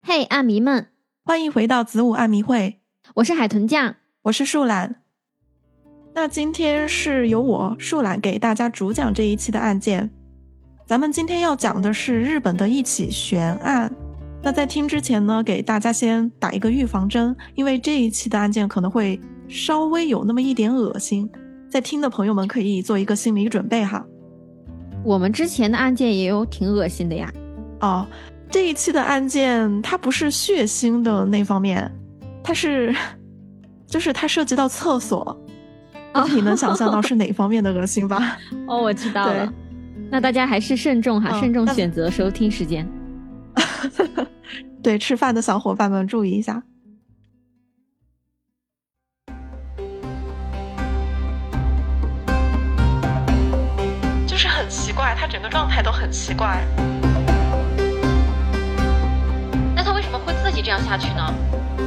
嘿，暗迷们， 欢迎回到子午暗迷会， 我是海豚酱， 我是树懒。那今天是由我树懒给大家主讲这一期的案件。咱们今天要讲的是日本的一起悬案。那在听之前呢，给大家先打一个预防针，因为这一期的案件可能会稍微有那么一点恶心，在听的朋友们可以做一个心理准备哈。 我们之前的案件也有挺恶心的呀。 哦，这一期的案件它不是血腥的那方面，就是它涉及到厕所。你能想象到是哪方面的恶心吧？ 哦，我知道了。那大家还是慎重哈，慎重选择收听时间。 对，吃饭的小伙伴们注意一下。就是很奇怪，他整个状态都很奇怪。 那他为什么会自己这样下去呢？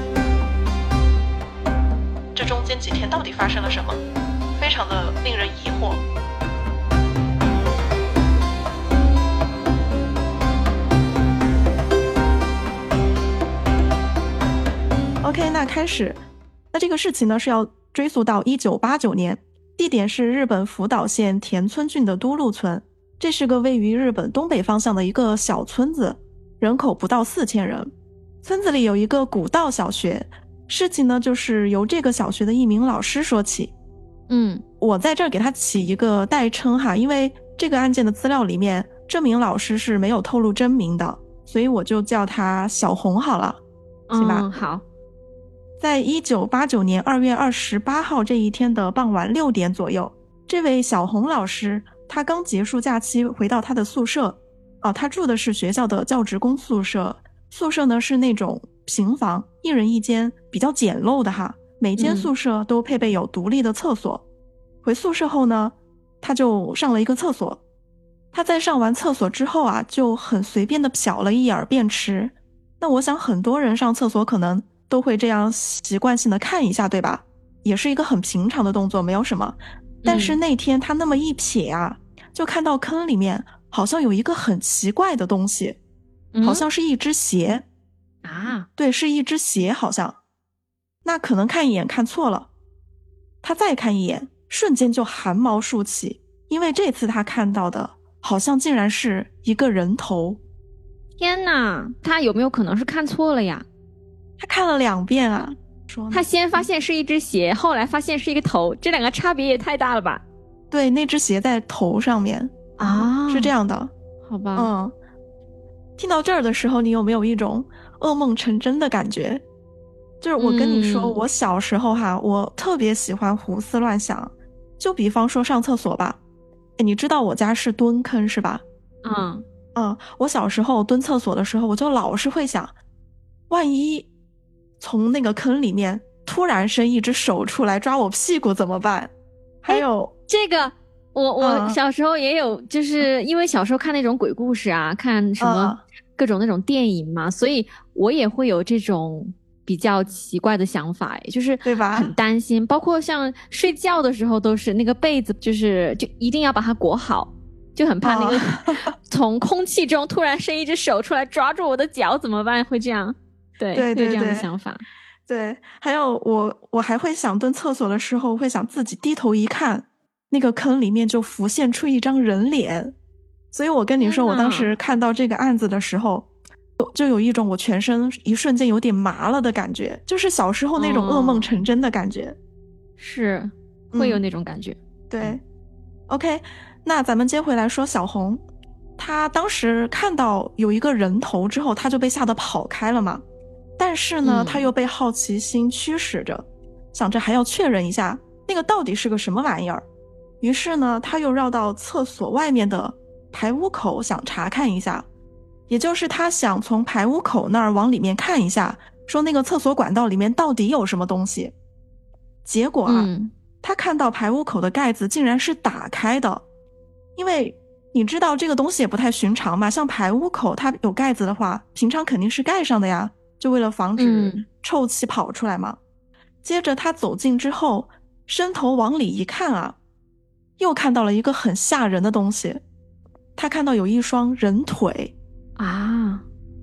这中间几天到底发生了什么？非常的令人疑惑。OK， 那开始。那这个事情呢是要追溯到1989年，地点是日本福岛县田村郡的都路村。这是个位于日本东北方向的一个小村子，人口不到4000人。村子里有一个古道小学，事情呢就是由这个小学的一名老师说起。我在这儿给他起一个代称哈，因为这个案件的资料里面这名老师是没有透露真名的，所以我就叫他小红好了，行吧？ 好。 在1989年2月28号这一天的傍晚6点左右，这位小红老师他刚结束假期回到他的宿舍。他住的是学校的教职工宿舍，宿舍呢是那种平房，一人一间，比较简陋的哈，每间宿舍都配备有独立的厕所。回宿舍后呢，他就上了一个厕所。他在上完厕所之后就很随便的瞟了一眼便池。那我想很多人上厕所可能都会这样习惯性的看一下，对吧？也是一个很平常的动作，没有什么。但是那天他那么一瞥就看到坑里面好像有一个很奇怪的东西，好像是一只鞋对，是一只鞋好像。那可能看一眼看错了，他再看一眼，瞬间就汗毛竖起，因为这次他看到的好像竟然是一个人头。 天哪，他有没有可能是看错了呀？ 他看了2遍他先发现是一只鞋，后来发现是一个头，这两个差别也太大了吧？ 对，那只鞋在头上面是这样的。 好吧。 听到这儿的时候，你有没有一种噩梦成真的感觉？就是我跟你说，我小时候我特别喜欢胡思乱想。就比方说上厕所吧，你知道我家是蹲坑是吧？我小时候蹲厕所的时候，我就老是会想，万一从那个坑里面突然伸一只手出来抓我屁股怎么办？还有这个我小时候也有，就是因为小时候看那种鬼故事看什么各种那种电影嘛，所以我也会有这种比较奇怪的想法，就是对吧？ 很担心，包括像睡觉的时候都是那个被子就一定要把它裹好，就很怕那个从空气中突然伸一只手出来抓住我的脚怎么办？会这样，对，会有这样的想法。 对，还有我还会想蹲厕所的时候会想自己低头一看，那个坑里面就浮现出一张人脸。所以我跟你说，我当时看到这个案子的时候就有一种我全身一瞬间有点麻了的感觉，就是小时候那种噩梦成真的感觉。 是会有那种感觉。 对。OK， 那咱们接回来说小红，她当时看到有一个人头之后，她就被吓得跑开了嘛。但是呢，她又被好奇心驱使着，想着还要确认一下那个到底是个什么玩意儿。于是呢，她又绕到厕所外面的排污口想查看一下，也就是她想从排污口那儿往里面看一下，说那个厕所管道里面到底有什么东西。结果她看到排污口的盖子竟然是打开的。因为你知道这个东西也不太寻常嘛，像排污口它有盖子的话，平常肯定是盖上的呀，就为了防止臭气跑出来嘛。接着他走近之后，伸头往里一看又看到了一个很吓人的东西。他看到有一双人腿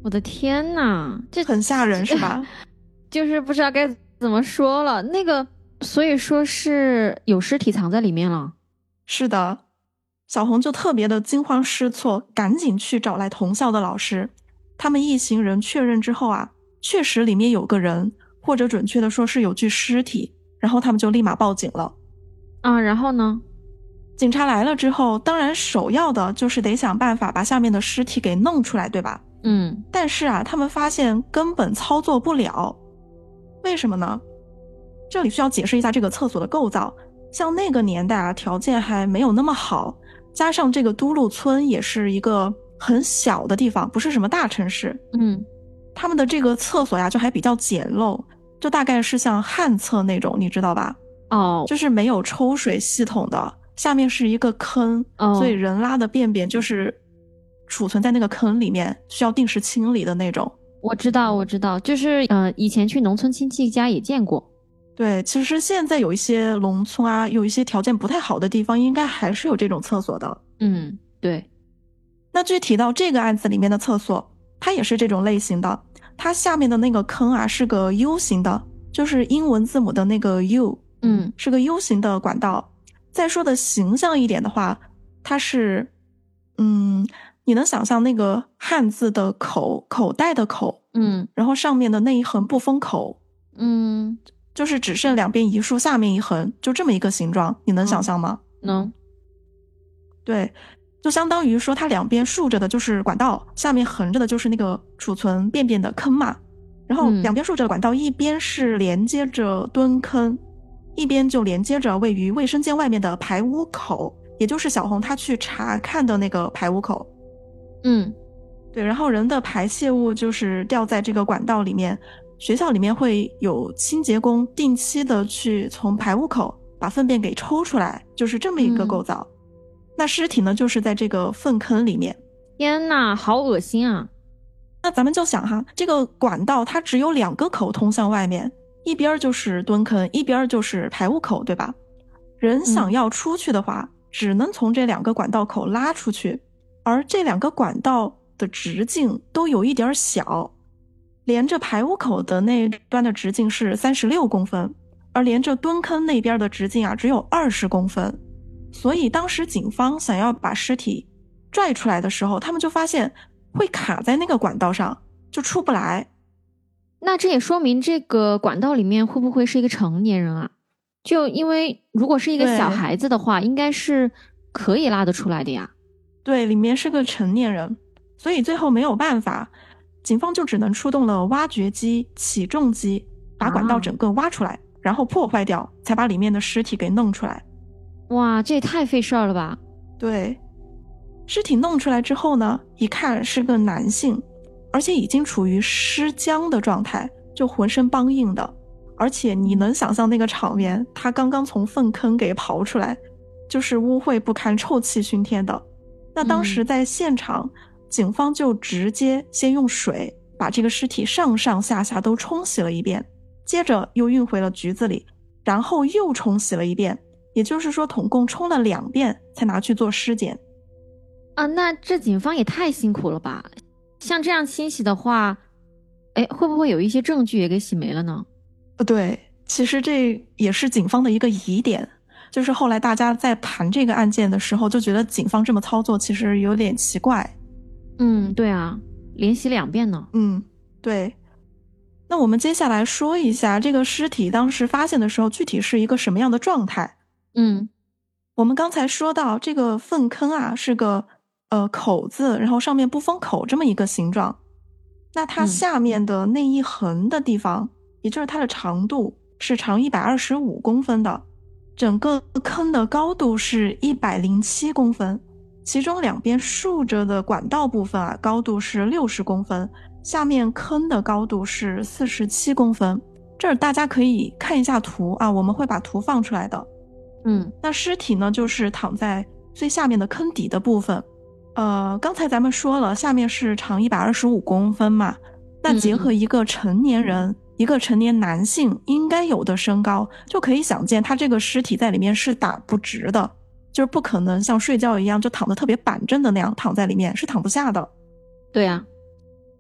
我的天哪，这很吓人是吧？ 就是不知道该怎么说了。那个，所以说是有尸体藏在里面了。 是的，小红就特别的惊慌失措，赶紧去找来同校的老师。他们一行人确认之后啊，确实里面有个人，或者准确的说是有具尸体，然后他们就立马报警了。 啊，然后呢？ 警察来了之后，当然首要的就是得想办法把下面的尸体给弄出来，对吧？但是啊，他们发现根本操作不了。为什么呢？这里需要解释一下这个厕所的构造。像那个年代啊，条件还没有那么好，加上这个都路村也是一个很小的地方，不是什么大城市。他们的这个厕所呀，就还比较简陋，就大概是像旱厕那种，你知道吧？就是没有抽水系统的，下面是一个坑，所以人拉的便便就是储存在那个坑里面，需要定时清理的那种。 我知道，就是以前去农村亲戚家也见过。 对，其实现在有一些农村啊，有一些条件不太好的地方，应该还是有这种厕所的。 对。 那具体到这个案子里面的厕所，它也是这种类型的，它下面的那个坑啊是个 U 型的，就是英文字母的那个 U，是个 U 型的管道。再说的形象一点的话，它是，你能想象那个汉字的口，口袋的口，然后上面的那一横不封口，就是只剩两边一竖，下面一横，就这么一个形状，你能想象吗？ 能。 对，就相当于说它两边竖着的就是管道，下面横着的就是那个储存便便的坑嘛。然后两边竖着的管道，一边是连接着蹲坑，一边就连接着位于卫生间外面的排污口，也就是小红她去查看的那个排污口。对，然后人的排泄物就是掉在这个管道里面，学校里面会有清洁工定期的去从排污口把粪便给抽出来，就是这么一个构造。那尸体呢，就是在这个粪坑里面。 天哪，好恶心啊！ 那咱们就想哈，这个管道它只有2个口通向外面，一边就是蹲坑，一边就是排污口，对吧？人想要出去的话，只能从这2个管道口拉出去，而这2个管道的直径都有一点小，连着排污口的那端的直径是36公分，而连着蹲坑那边的直径啊只有20公分。所以当时警方想要把尸体拽出来的时候，他们就发现会卡在那个管道上，就出不来。 那这也说明这个管道里面会不会是一个成年人啊？就因为如果是一个小孩子的话，应该是可以拉得出来的呀。 对，里面是个成年人，所以最后没有办法，警方就只能出动了挖掘机、起重机，把管道整个挖出来，然后破坏掉，才把里面的尸体给弄出来。 哇，这也太费事儿了吧。 对，尸体弄出来之后呢，一看是个男性，而且已经处于尸僵的状态，就浑身梆硬的，而且你能想象那个场面，他刚刚从粪坑给刨出来，就是污秽不堪，臭气熏天的。那当时在现场，警方就直接先用水把这个尸体上上下下都冲洗了一遍，接着又运回了局子里，然后又冲洗了一遍，也就是说总共冲了2遍才拿去做尸检。 那这警方也太辛苦了吧。像这样清洗的话，会不会有一些证据也给洗没了呢？ 对，其实这也是警方的一个疑点，就是后来大家在盘这个案件的时候就觉得警方这么操作其实有点奇怪。 对啊，连洗2遍呢。 对。那我们接下来说一下这个尸体当时发现的时候具体是一个什么样的状态。我们刚才说到这个粪坑啊是个口字，然后上面不封口这么一个形状。那它下面的那一横的地方，也就是它的长度是长125公分的，整个坑的高度是107公分，其中2边竖着的管道部分啊，高度是60公分，下面坑的高度是47公分。这儿大家可以看一下图啊，我们会把图放出来的。那尸体呢，就是躺在最下面的坑底的部分。刚才咱们说了，下面是长125公分嘛，那结合一个成年人，一个成年男性应该有的身高，就可以想见他这个尸体在里面是打不直的，就是不可能像睡觉一样就躺得特别板正的那样躺在里面，是躺不下的。 对啊，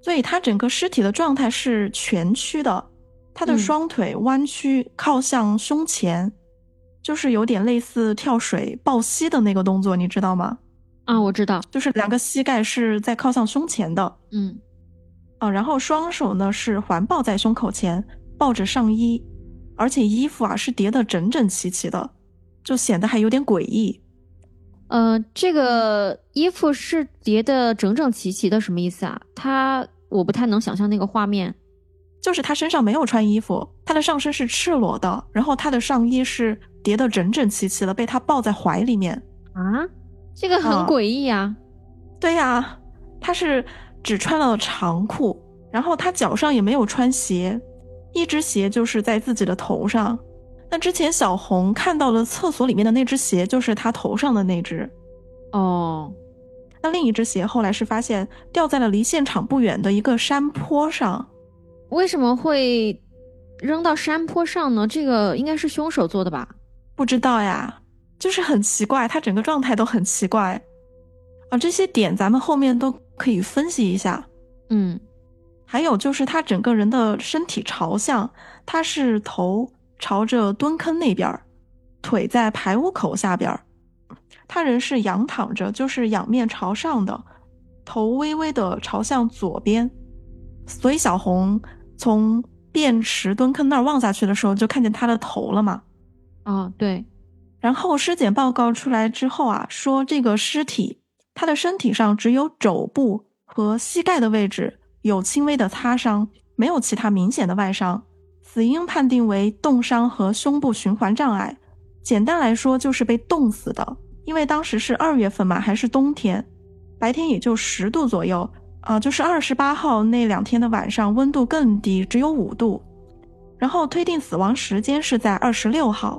所以他整个尸体的状态是蜷曲的，他的双腿弯曲靠向胸前，就是有点类似跳水抱膝的那个动作，你知道吗？ 啊，我知道， 就是两个膝盖是在靠向胸前的。然后双手呢是环抱在胸口前，抱着上衣，而且衣服啊是叠得整整齐齐的，就显得还有点诡异。 这个衣服是叠得整整齐齐的，什么意思啊？我不太能想象那个画面。 就是他身上没有穿衣服，他的上身是赤裸的，然后他的上衣是叠得整整齐齐的，被他抱在怀里面。 啊，这个很诡异啊。 对呀，他是只穿了长裤，然后他脚上也没有穿鞋，一只鞋就是在自己的头上。那之前小红看到了厕所里面的那只鞋就是他头上的那只。那另一只鞋后来是发现掉在了离现场不远的一个山坡上。 为什么会扔到山坡上呢？这个应该是凶手做的吧？ 不知道呀，就是很奇怪，他整个状态都很奇怪。这些点咱们后面都可以分析一下。还有就是他整个人的身体朝向，他是头朝着蹲坑那边，腿在排污口下边，他人是仰躺着，就是仰面朝上的，头微微的朝向左边。所以小红从便池蹲坑那儿望下去的时候就看见他的头了嘛。 对。 然后尸检报告出来之后啊，说这个尸体他的身体上只有肘部和膝盖的位置有轻微的擦伤，没有其他明显的外伤，死因判定为冻伤和胸部循环障碍。简单来说就是被冻死的，因为当时是2月份嘛，还是冬天，白天也就10度左右，就是28号那2天的晚上温度更低，只有5度。然后推定死亡时间是在26号。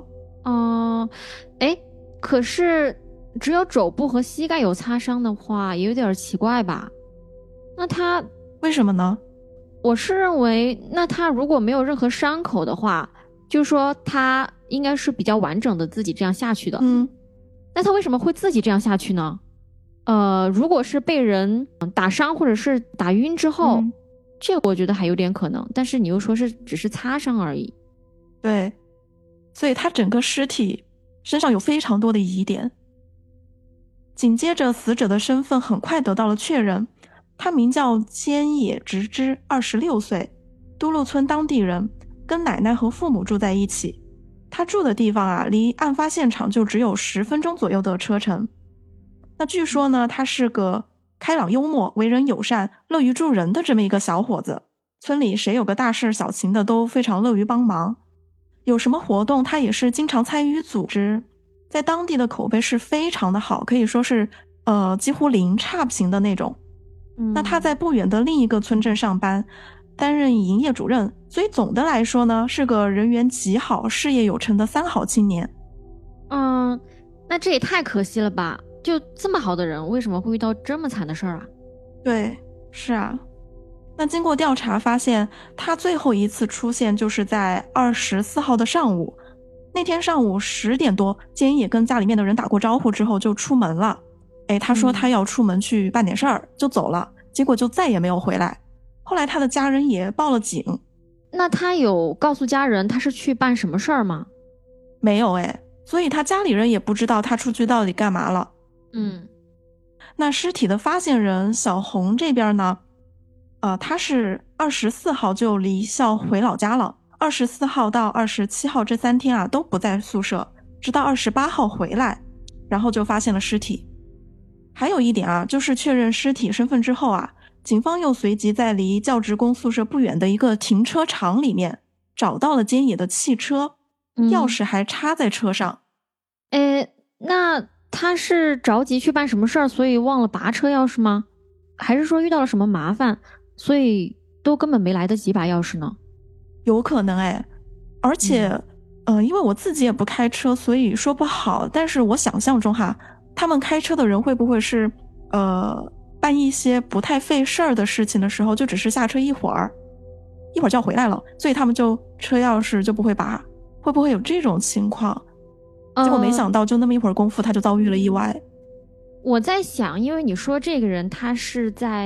可是只有肘部和膝盖有擦伤的话，也有点奇怪吧？那他为什么呢？ 我是认为，那他如果没有任何伤口的话，就是说他应该是比较完整的自己这样下去的。那他为什么会自己这样下去呢？如果是被人打伤或者是打晕之后，这个我觉得还有点可能，但是你又说是只是擦伤而已。 对，所以他整个尸体身上有非常多的疑点。紧接着死者的身份很快得到了确认，他名叫菅野直之，26岁，都路村当地人，跟奶奶和父母住在一起。他住的地方啊，离案发现场就只有10分钟左右的车程。那据说呢，他是个开朗幽默、为人友善、乐于助人的这么一个小伙子，村里谁有个大事小情的都非常乐于帮忙，有什么活动他也是经常参与组织，在当地的口碑是非常的好，可以说是几乎零差评的那种。那他在不远的另一个村镇上班，担任营业主任，所以总的来说呢，是个人缘极好、事业有成的三好青年。 那这也太可惜了吧，就这么好的人为什么会遇到这么惨的事儿啊？ 对，是啊。那经过调查发现，他最后一次出现就是在24号的上午。那天上午10点多，菅野跟家里面的人打过招呼之后就出门了。他说他要出门去办点事儿，就走了，结果就再也没有回来。后来他的家人也报了警。 那他有告诉家人他是去办什么事儿吗？ 没有所以他家里人也不知道他出去到底干嘛了。那尸体的发现人小红这边呢，他是24号就离校回老家了，24号到27号这3天啊都不在宿舍，直到28号回来，然后就发现了尸体。还有一点啊，就是确认尸体身份之后啊，警方又随即在离教职工宿舍不远的一个停车场里面找到了菅野的汽车，钥匙还插在车上。 那他是着急去办什么事儿，所以忘了拔车钥匙吗？还是说遇到了什么麻烦，所以都根本没来得及拔钥匙呢？ 有可能而且因为我自己也不开车，所以说不好，但是我想象中哈，他们开车的人会不会是办一些不太费事儿的事情的时候，就只是下车一会儿就要回来了，所以他们就车钥匙就不会拔，会不会有这种情况？结果没想到就那么一会儿功夫他就遭遇了意外。 我在想，因为你说这个人他是在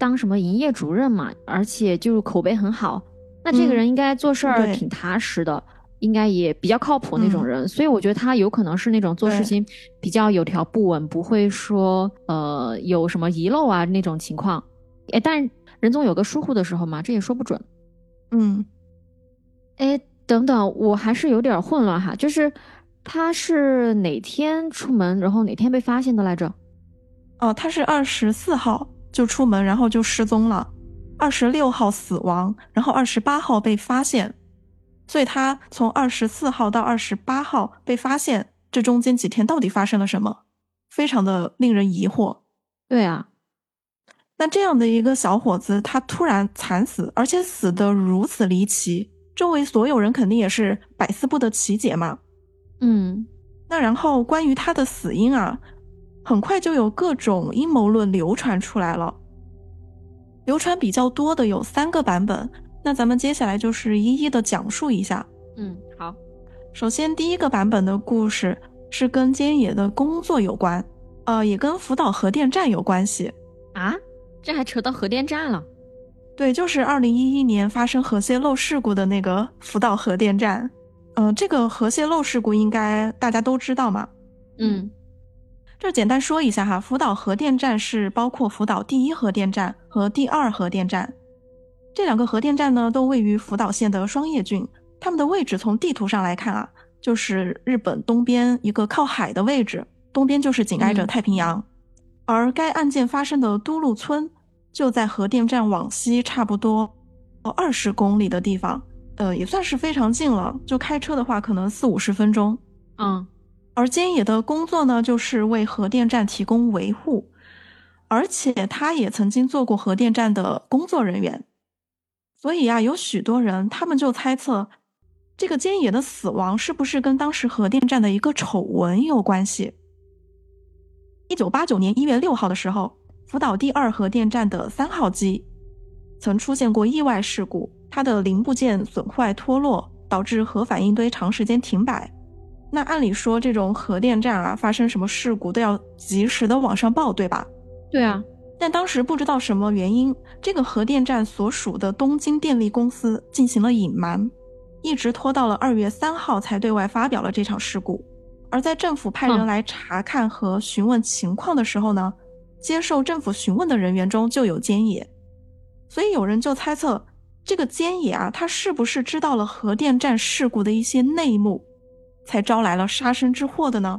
当什么营业主任嘛，而且就是口碑很好，那这个人应该做事儿挺踏实的，应该也比较靠谱那种人，所以我觉得他有可能是那种做事情比较有条不紊，不会说有什么遗漏啊那种情况。但人总有个疏忽的时候嘛，这也说不准。等等，我还是有点混乱哈，就是他是哪天出门，然后哪天被发现的来着？ 他是24号就出门，然后就失踪了，26号死亡，然后28号被发现，所以他从24号到28号被发现，这中间几天到底发生了什么？非常的令人疑惑。 对啊， 那这样的一个小伙子，他突然惨死，而且死得如此离奇，周围所有人肯定也是百思不得其解嘛。那然后关于他的死因啊，很快就有各种阴谋论流传出来了。流传比较多的有3个版本，那咱们接下来就是一一的讲述一下。 好。 首先第一个版本的故事是跟菅野的工作有关，也跟福岛核电站有关系。 啊？这还扯到核电站了？ 对，就是2011年发生核泄漏事故的那个福岛核电站。这个核泄漏事故应该大家都知道嘛。这简单说一下哈，福岛核电站是包括福岛第1核电站和第2核电站。这2个核电站呢，都位于福岛县的双叶郡，它们的位置从地图上来看啊，就是日本东边一个靠海的位置，东边就是紧挨着太平洋。而该案件发生的都路村就在核电站往西差不多20公里的地方，也算是非常近了，就开车的话可能40-50分钟。而菅野的工作呢，就是为核电站提供维护，而且他也曾经做过核电站的工作人员。所以啊，有许多人他们就猜测，这个菅野的死亡是不是跟当时核电站的一个丑闻有关系。1989年1月6号的时候，福岛第2核电站的3号机曾出现过意外事故，它的零部件损坏脱落，导致核反应堆长时间停摆。那按理说这种核电站啊，发生什么事故都要及时的往上报，对吧？ 对啊。 但当时不知道什么原因，这个核电站所属的东京电力公司进行了隐瞒，一直拖到了2月3号才对外发表了这场事故。而在政府派人来查看和询问情况的时候呢，接受政府询问的人员中就有菅野。所以有人就猜测，这个菅野啊，他是不是知道了核电站事故的一些内幕，才招来了杀身之祸的呢？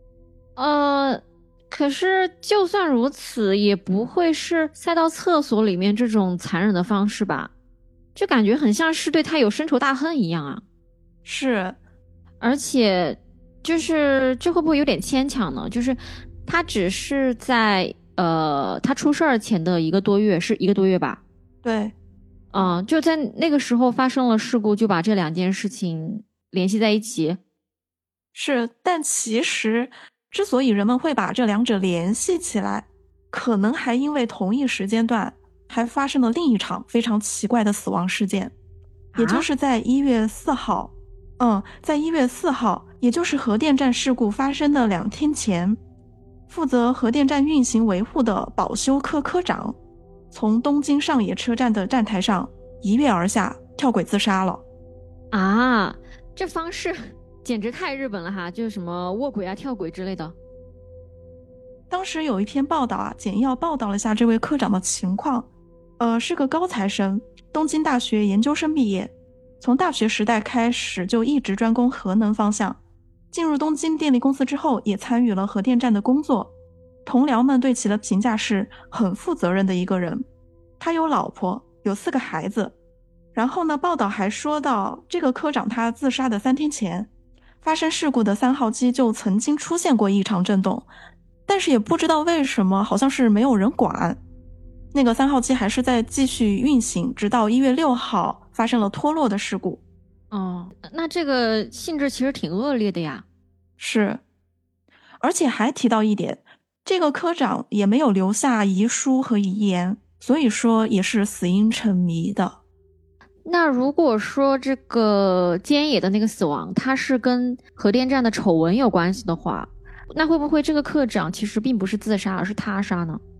可是就算如此，也不会是塞到厕所里面这种残忍的方式吧？就感觉很像是对他有深仇大恨一样啊。 是， 而且就是这会不会有点牵强呢？就是他只是在他出事儿前的1个多月，是1个多月吧？ 对。 就在那个时候发生了事故，就把这2件事情联系在一起。 是，但其实之所以人们会把这2者联系起来，可能还因为同一时间段还发生了另一场非常奇怪的死亡事件，也就是在1月4号。在1月4号，也就是核电站事故发生的2天前，负责核电站运行维护的保修科科长从东京上野车站的站台上一跃而下，跳轨自杀了。 这方式简直太日本了哈，就是什么卧轨啊、跳轨之类的。 当时有一篇报道啊，简要报道了下这位科长的情况。是个高材生，东京大学研究生毕业，从大学时代开始就一直专攻核能方向。进入东京电力公司之后，也参与了核电站的工作。同僚们对其的评价是很负责任的一个人。他有老婆，有4个孩子。然后呢，报道还说到，这个科长他自杀的3天前，发生事故的3号机就曾经出现过异常震动，但是也不知道为什么，好像是没有人管。那个3号机还是在继续运行，直到1月6号发生了脱落的事故。 那这个性质其实挺恶劣的呀。 是，而且还提到一点，这个科长也没有留下遗书和遗言，所以说也是死因成谜的。 那如果说这个菅野的那个死亡，它是跟核电站的丑闻有关系的话，那会不会这个科长其实并不是自杀，而是他杀呢？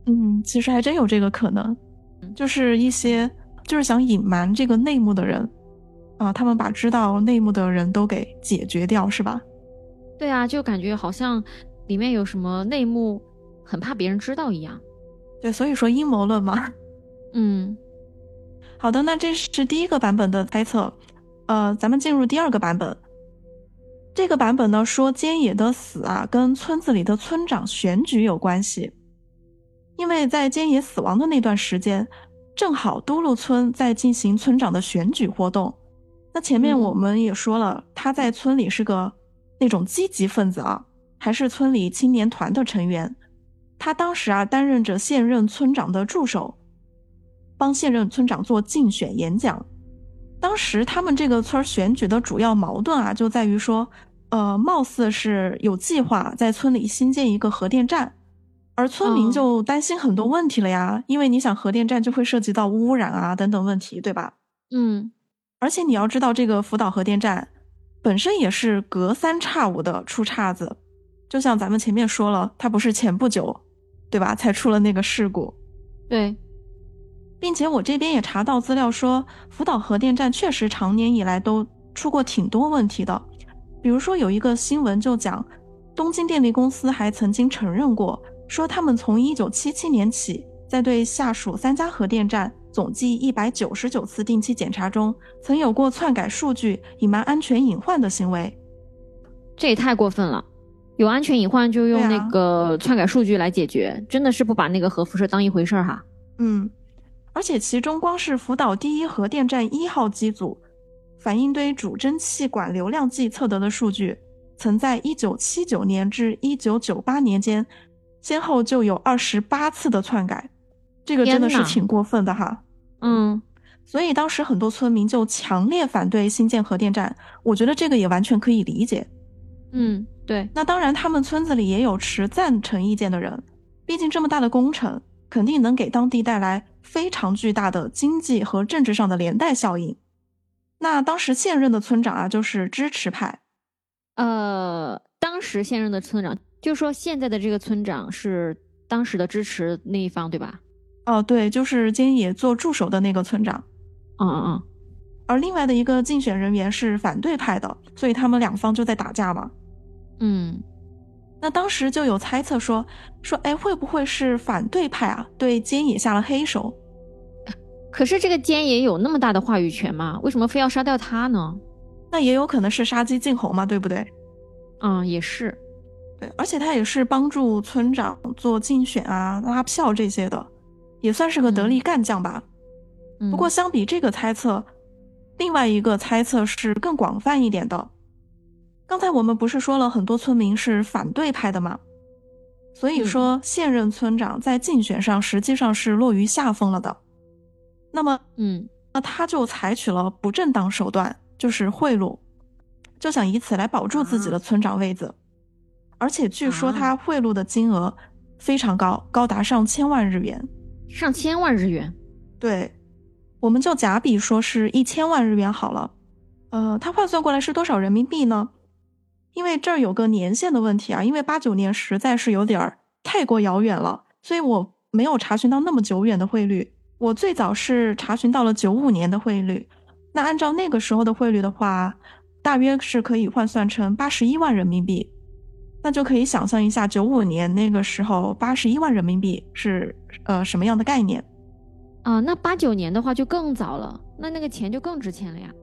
其实还真有这个可能，就是一些就是想隐瞒这个内幕的人啊，他们把知道内幕的人都给解决掉，是吧？ 对啊，就感觉好像里面有什么内幕，很怕别人知道一样。 对，所以说阴谋论嘛。好的，那这是第一个版本的猜测，咱们进入第二个版本。这个版本呢说菅野的死啊跟村子里的村长选举有关系，因为在菅野死亡的那段时间，正好都路村在进行村长的选举活动。那前面我们也说了，他在村里是个那种积极分子啊，还是村里青年团的成员。他当时啊担任着现任村长的助手，帮现任村长做竞选演讲。当时他们这个村选举的主要矛盾啊，就在于说，貌似是有计划在村里新建一个核电站，而村民就担心很多问题了呀，因为你想核电站就会涉及到污染啊等等问题，对吧？而且你要知道，这个福岛核电站本身也是隔三差五的出岔子，就像咱们前面说了，它不是前不久，对吧，才出了那个事故。 对。 并且我这边也查到资料说，福岛核电站确实长年以来都出过挺多问题的。比如说有一个新闻就讲，东京电力公司还曾经承认过，说他们从1977年起，在对下属3家核电站总计199次定期检查中，曾有过篡改数据、隐瞒安全隐患的行为。 这也太过分了，有安全隐患就用那个篡改数据来解决，真的是不把那个核辐射当一回事哈。 而且其中光是福岛第一核电站1号机组反应堆主蒸汽管流量计测得的数据，曾在1979年至1998年间先后就有28次的篡改，这个真的是挺过分的哈。所以当时很多村民就强烈反对新建核电站，我觉得这个也完全可以理解。 对。 那当然他们村子里也有持赞成意见的人，毕竟这么大的工程肯定能给当地带来非常巨大的经济和政治上的连带效应。那当时现任的村长啊，就是支持派。 当时现任的村长，就说现在的这个村长是当时的支持那一方，对吧？ 对，就是菅野做助手的那个村长。而另外的一个竞选人员是反对派的，所以他们两方就在打架嘛。那当时就有猜测说，哎，会不会是反对派啊对菅野下了黑手？ 可是这个菅野有那么大的话语权吗？为什么非要杀掉他呢？ 那也有可能是杀鸡儆猴嘛，对不对？ 也是。 对，而且他也是帮助村长做竞选啊、拉票这些的，也算是个得力干将吧。不过相比这个猜测，另外一个猜测是更广泛一点的。刚才我们不是说了很多村民是反对派的吗？所以说现任村长在竞选上实际上是落于下风了的。那么他就采取了不正当手段，就是贿赂，就想以此来保住自己的村长位子。而且据说他贿赂的金额非常高，高达上千万日元。 上千万日元？ 对，我们就假比说是1000万日元好了。它换算过来是多少人民币呢？因为这儿有个年限的问题啊，因为89年实在是有点太过遥远了，所以我没有查询到那么久远的汇率。我最早是查询到了95年的汇率，那按照那个时候的汇率的话，大约是可以换算成81万人民币。那就可以想象一下95年那个时候81万人民币是什么样的概念啊？那89年的话就更早了，那个钱就更值钱了呀。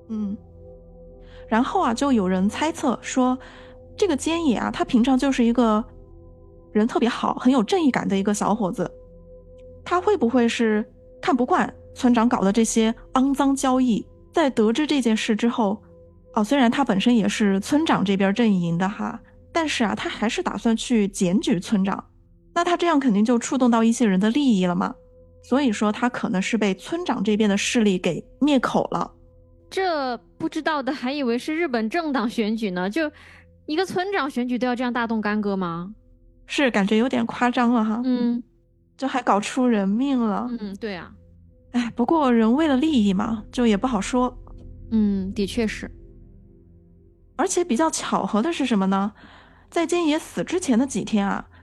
然后啊，就有人猜测说，这个菅野啊，他平常就是一个人特别好、很有正义感的一个小伙子，他会不会是看不惯村长搞的这些肮脏交易，在得知这件事之后，虽然他本身也是村长这边阵营的哈，但是啊，他还是打算去检举村长，那他这样肯定就触动到一些人的利益了嘛，所以说他可能是被村长这边的势力给灭口了。 这不知道的还以为是日本政党选举呢，就一个村长选举都要这样大动干戈吗？ 是感觉有点夸张了哈。就还搞出人命了。 对啊。 哎，不过人为了利益嘛，就也不好说。 的确是。 而且比较巧合的是什么呢？在菅野死之前的几天啊，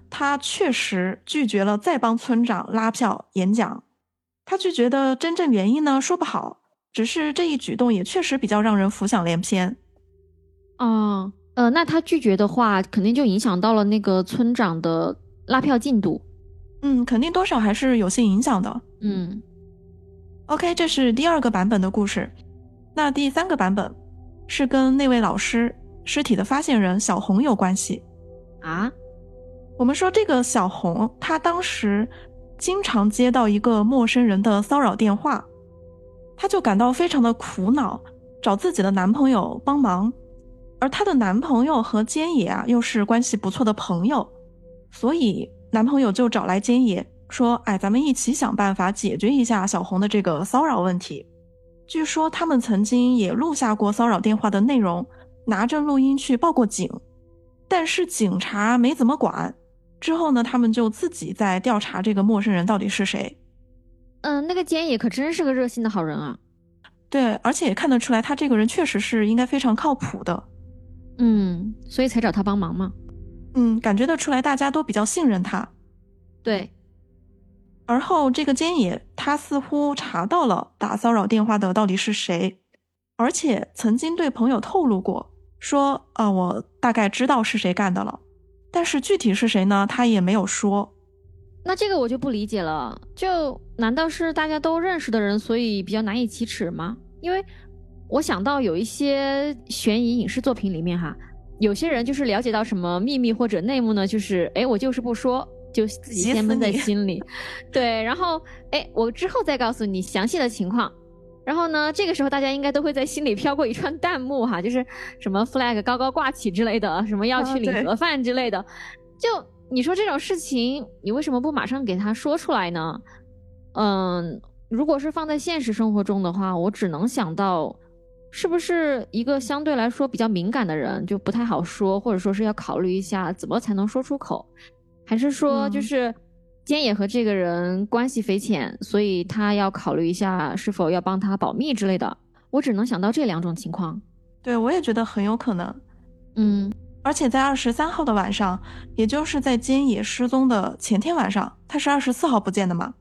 他确实拒绝了再帮村长拉票演讲。他拒绝的真正原因呢，说不好，只是这一举动也确实比较让人浮想联翩。 哦，那他拒绝的话，肯定就影响到了那个村长的拉票进度。 肯定多少还是有些影响的。OK， 这是第2个版本的故事。那第3个版本是跟那位老师尸体的发现人小红有关系啊。 我们说这个小红，她当时经常接到一个陌生人的骚扰电话，她就感到非常的苦恼，找自己的男朋友帮忙。而她的男朋友和菅野啊又是关系不错的朋友，所以男朋友就找来菅野说，咱们一起想办法解决一下小红的这个骚扰问题。据说他们曾经也录下过骚扰电话的内容，拿着录音去报过警，但是警察没怎么管。之后呢，他们就自己在调查这个陌生人到底是谁。 那个菅野可真是个热心的好人啊。 对，而且也看得出来他这个人确实是应该非常靠谱的。 所以才找他帮忙嘛。 感觉得出来大家都比较信任他。 对。 而后这个菅野他似乎查到了打骚扰电话的到底是谁，而且曾经对朋友透露过，说我大概知道是谁干的了，但是具体是谁呢，他也没有说。 那这个我就不理解了，就难道是大家都认识的人，所以比较难以启齿吗？因为我想到有一些悬疑影视作品里面哈，有些人就是了解到什么秘密或者内幕呢，就是我就是不说，就自己先闷在心里。对，然后我之后再告诉你详细的情况。然后呢，这个时候大家应该都会在心里飘过一串弹幕哈，就是什么 flag 高高挂起之类的，什么要去领盒饭之类的。就你说这种事情，你为什么不马上给他说出来呢？如果是放在现实生活中的话，我只能想到是不是一个相对来说比较敏感的人就不太好说，或者说是要考虑一下怎么才能说出口，还是说就是菅野和这个人关系匪浅，所以他要考虑一下是否要帮他保密之类的。我只能想到这2种情况。 对，我也觉得很有可能。而且在23号的晚上，也就是在菅野失踪的前天晚上，他是24号不见的嘛。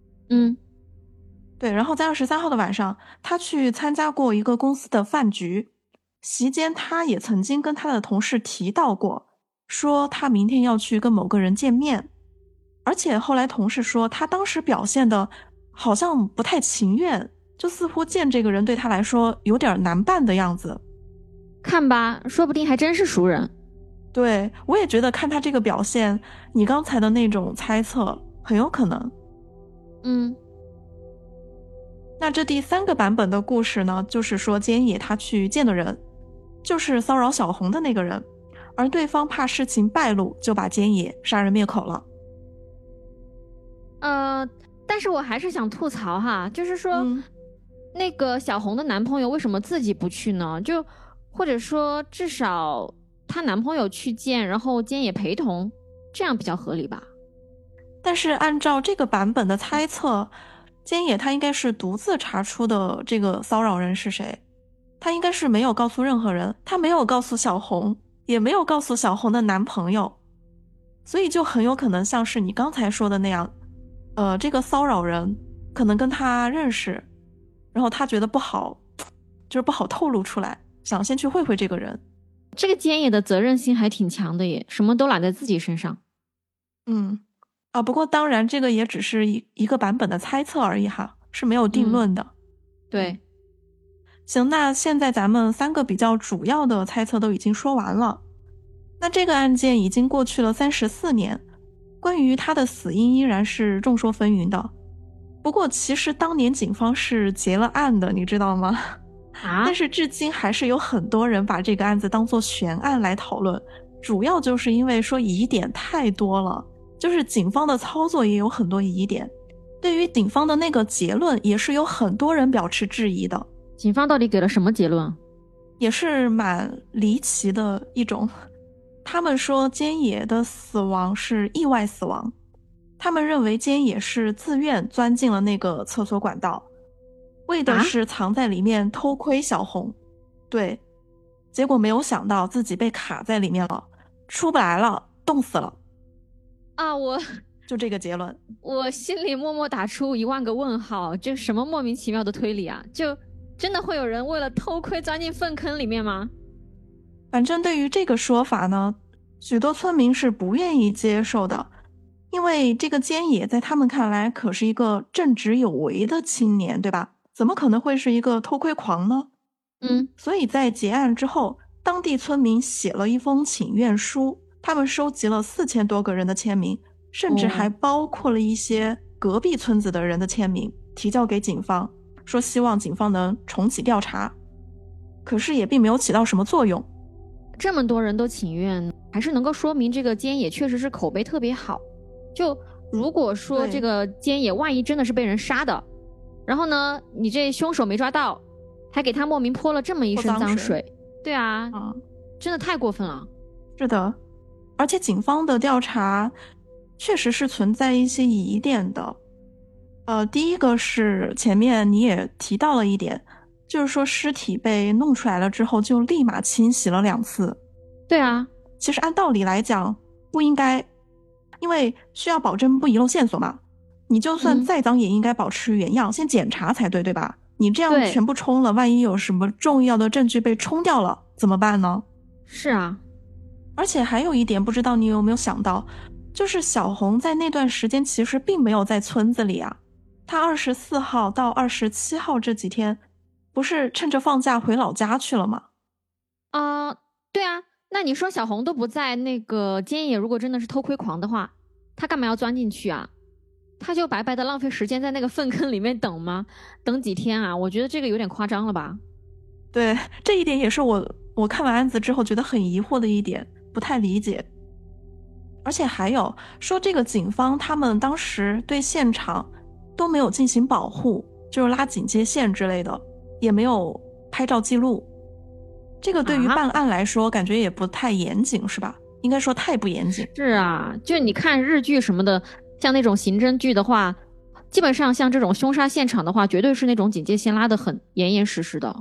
对，然后在23号的晚上，他去参加过一个公司的饭局，席间他也曾经跟他的同事提到过，说他明天要去跟某个人见面。而且后来同事说，他当时表现的好像不太情愿，就似乎见这个人对他来说有点难办的样子。 看吧，说不定还真是熟人。 对，我也觉得看他这个表现，你刚才的那种猜测很有可能。那这第3个版本的故事呢，就是说菅野他去见的人就是骚扰小红的那个人，而对方怕事情败露，就把菅野杀人灭口了。 但是我还是想吐槽哈，就是说，那个小红的男朋友为什么自己不去呢？就或者说至少她男朋友去见，然后菅野陪同，这样比较合理吧。 但是按照这个版本的猜测，菅野他应该是独自查出的这个骚扰人是谁，他应该是没有告诉任何人，他没有告诉小红，也没有告诉小红的男朋友，所以就很有可能像是你刚才说的那样，这个骚扰人可能跟他认识，然后他觉得不好，就是不好透露出来，想先去会会这个人。 这个菅野的责任心还挺强的耶，什么都揽在自己身上。 不过当然这个也只是一个版本的猜测而已哈，是没有定论的。 对。 行，那现在咱们3个比较主要的猜测都已经说完了。那这个案件已经过去了34年，关于他的死因依然是众说纷纭的。不过其实当年警方是结了案的，你知道吗？但是至今还是有很多人把这个案子当作悬案来讨论，主要就是因为说疑点太多了，就是警方的操作也有很多疑点，对于警方的那个结论也是有很多人表示质疑的。 警方到底给了什么结论？ 也是蛮离奇的一种。他们说菅野的死亡是意外死亡，他们认为菅野是自愿钻进了那个厕所管道，为的是藏在里面偷窥小红。对，结果没有想到自己被卡在里面了，出不来了，冻死了。 啊， 就这个结论。 我心里默默打出1万个问号，这什么莫名其妙的推理啊？就真的会有人为了偷窥钻进粪坑里面吗？ 反正对于这个说法呢，许多村民是不愿意接受的，因为这个菅野在他们看来可是一个正直有为的青年，对吧？怎么可能会是一个偷窥狂呢？所以在结案之后，当地村民写了一封请愿书，他们收集了4000多个人的签名，甚至还包括了一些隔壁村子的人的签名，提交给警方，说希望警方能重启调查。可是也并没有起到什么作用。 这么多人都请愿，还是能够说明这个菅野确实是口碑特别好。就如果说这个菅野万一真的是被人杀的，然后呢，你这凶手没抓到，还给他莫名泼了这么一身脏水，对啊，真的太过分了。 是的，而且警方的调查确实是存在一些疑点的。第一个是前面你也提到了一点，就是说尸体被弄出来了之后就立马清洗了2次。 对啊， 其实按道理来讲不应该，因为需要保证不遗漏线索嘛。你就算再脏也应该保持原样，先检查才对，对吧？你这样全部冲了，万一有什么重要的证据被冲掉了怎么办呢？ 是啊， 而且还有一点不知道你有没有想到，就是小红在那段时间其实并没有在村子里啊，她24号到27号这几天不是趁着放假回老家去了吗？ 对啊，那你说小红都不在，那个菅野如果真的是偷窥狂的话，他干嘛要钻进去啊？他就白白的浪费时间在那个粪坑里面等吗？等几天啊？我觉得这个有点夸张了吧。 对，这一点也是我看完案子之后觉得很疑惑的一点，不太理解。而且还有说这个警方他们当时对现场都没有进行保护，就是拉警戒线之类的，也没有拍照记录。这个对于办案来说感觉也不太严谨，是吧？应该说太不严谨。 是啊，就你看日剧什么的，像那种刑侦剧的话，基本上像这种凶杀现场的话，绝对是那种警戒线拉得很严严实实的。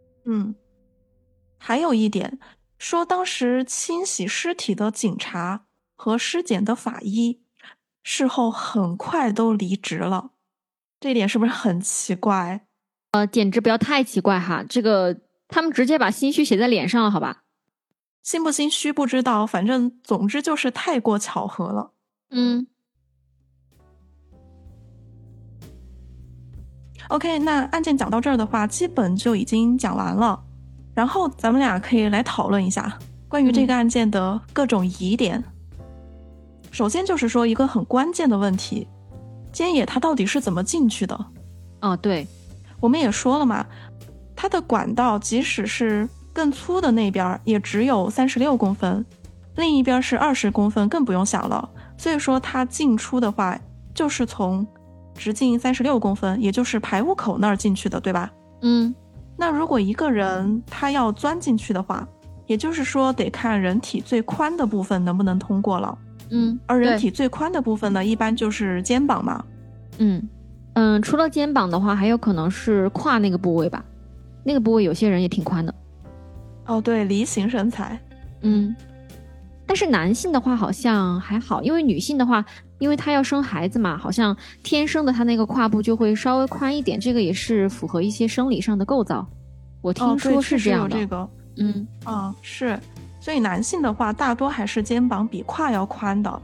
还有一点说，当时清洗尸体的警察和尸检的法医事后很快都离职了，这一点是不是很奇怪？ 简直不要太奇怪哈，这个他们直接把心虚写在脸上了，好吧？ 心不心虚不知道，反正总之就是太过巧合了。OK， 那案件讲到这儿的话，基本就已经讲完了。然后咱们俩可以来讨论一下关于这个案件的各种疑点。首先就是说一个很关键的问题，菅野他到底是怎么进去的？ 对， 我们也说了嘛，他的管道即使是更粗的那边也只有36公分，另一边是20公分，更不用想了。所以说他进出的话就是从直径36公分，也就是排污口那儿进去的，对吧？那如果一个人他要钻进去的话，也就是说得看人体最宽的部分能不能通过了。而人体最宽的部分呢，一般就是肩膀嘛。 除了肩膀的话，还有可能是胯那个部位吧，那个部位有些人也挺宽的。 对，梨形身材。 但是男性的话好像还好，因为女性的话，因为她要生孩子嘛，好像天生的她那个胯部就会稍微宽一点，这个也是符合一些生理上的构造。我听说是这样的。 对，确实有这个。是。所以男性的话大多还是肩膀比胯要宽的。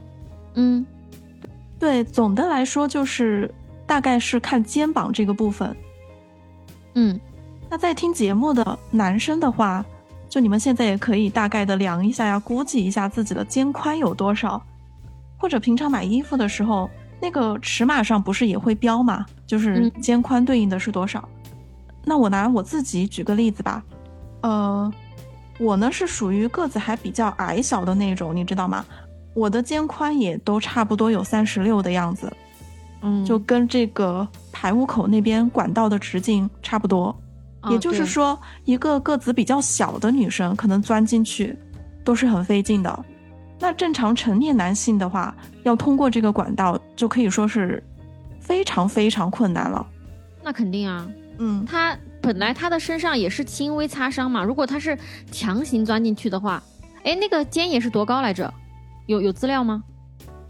对，总的来说就是大概是看肩膀这个部分。那在听节目的男生的话，就你们现在也可以大概的量一下呀，估计一下自己的肩宽有多少，或者平常买衣服的时候那个尺码上不是也会标嘛，就是肩宽对应的是多少。那我拿我自己举个例子吧。我呢是属于个子还比较矮小的那种，你知道吗？我的肩宽也都差不多有36的样子。就跟这个排污口那边管道的直径差不多。也就是说一个个子比较小的女生可能钻进去都是很费劲的。那正常成年男性的话，要通过这个管道就可以说是非常非常困难了。 那肯定啊。他本来他的身上也是轻微擦伤嘛，如果他是强行钻进去的话，那个菅野是多高来着？有资料吗？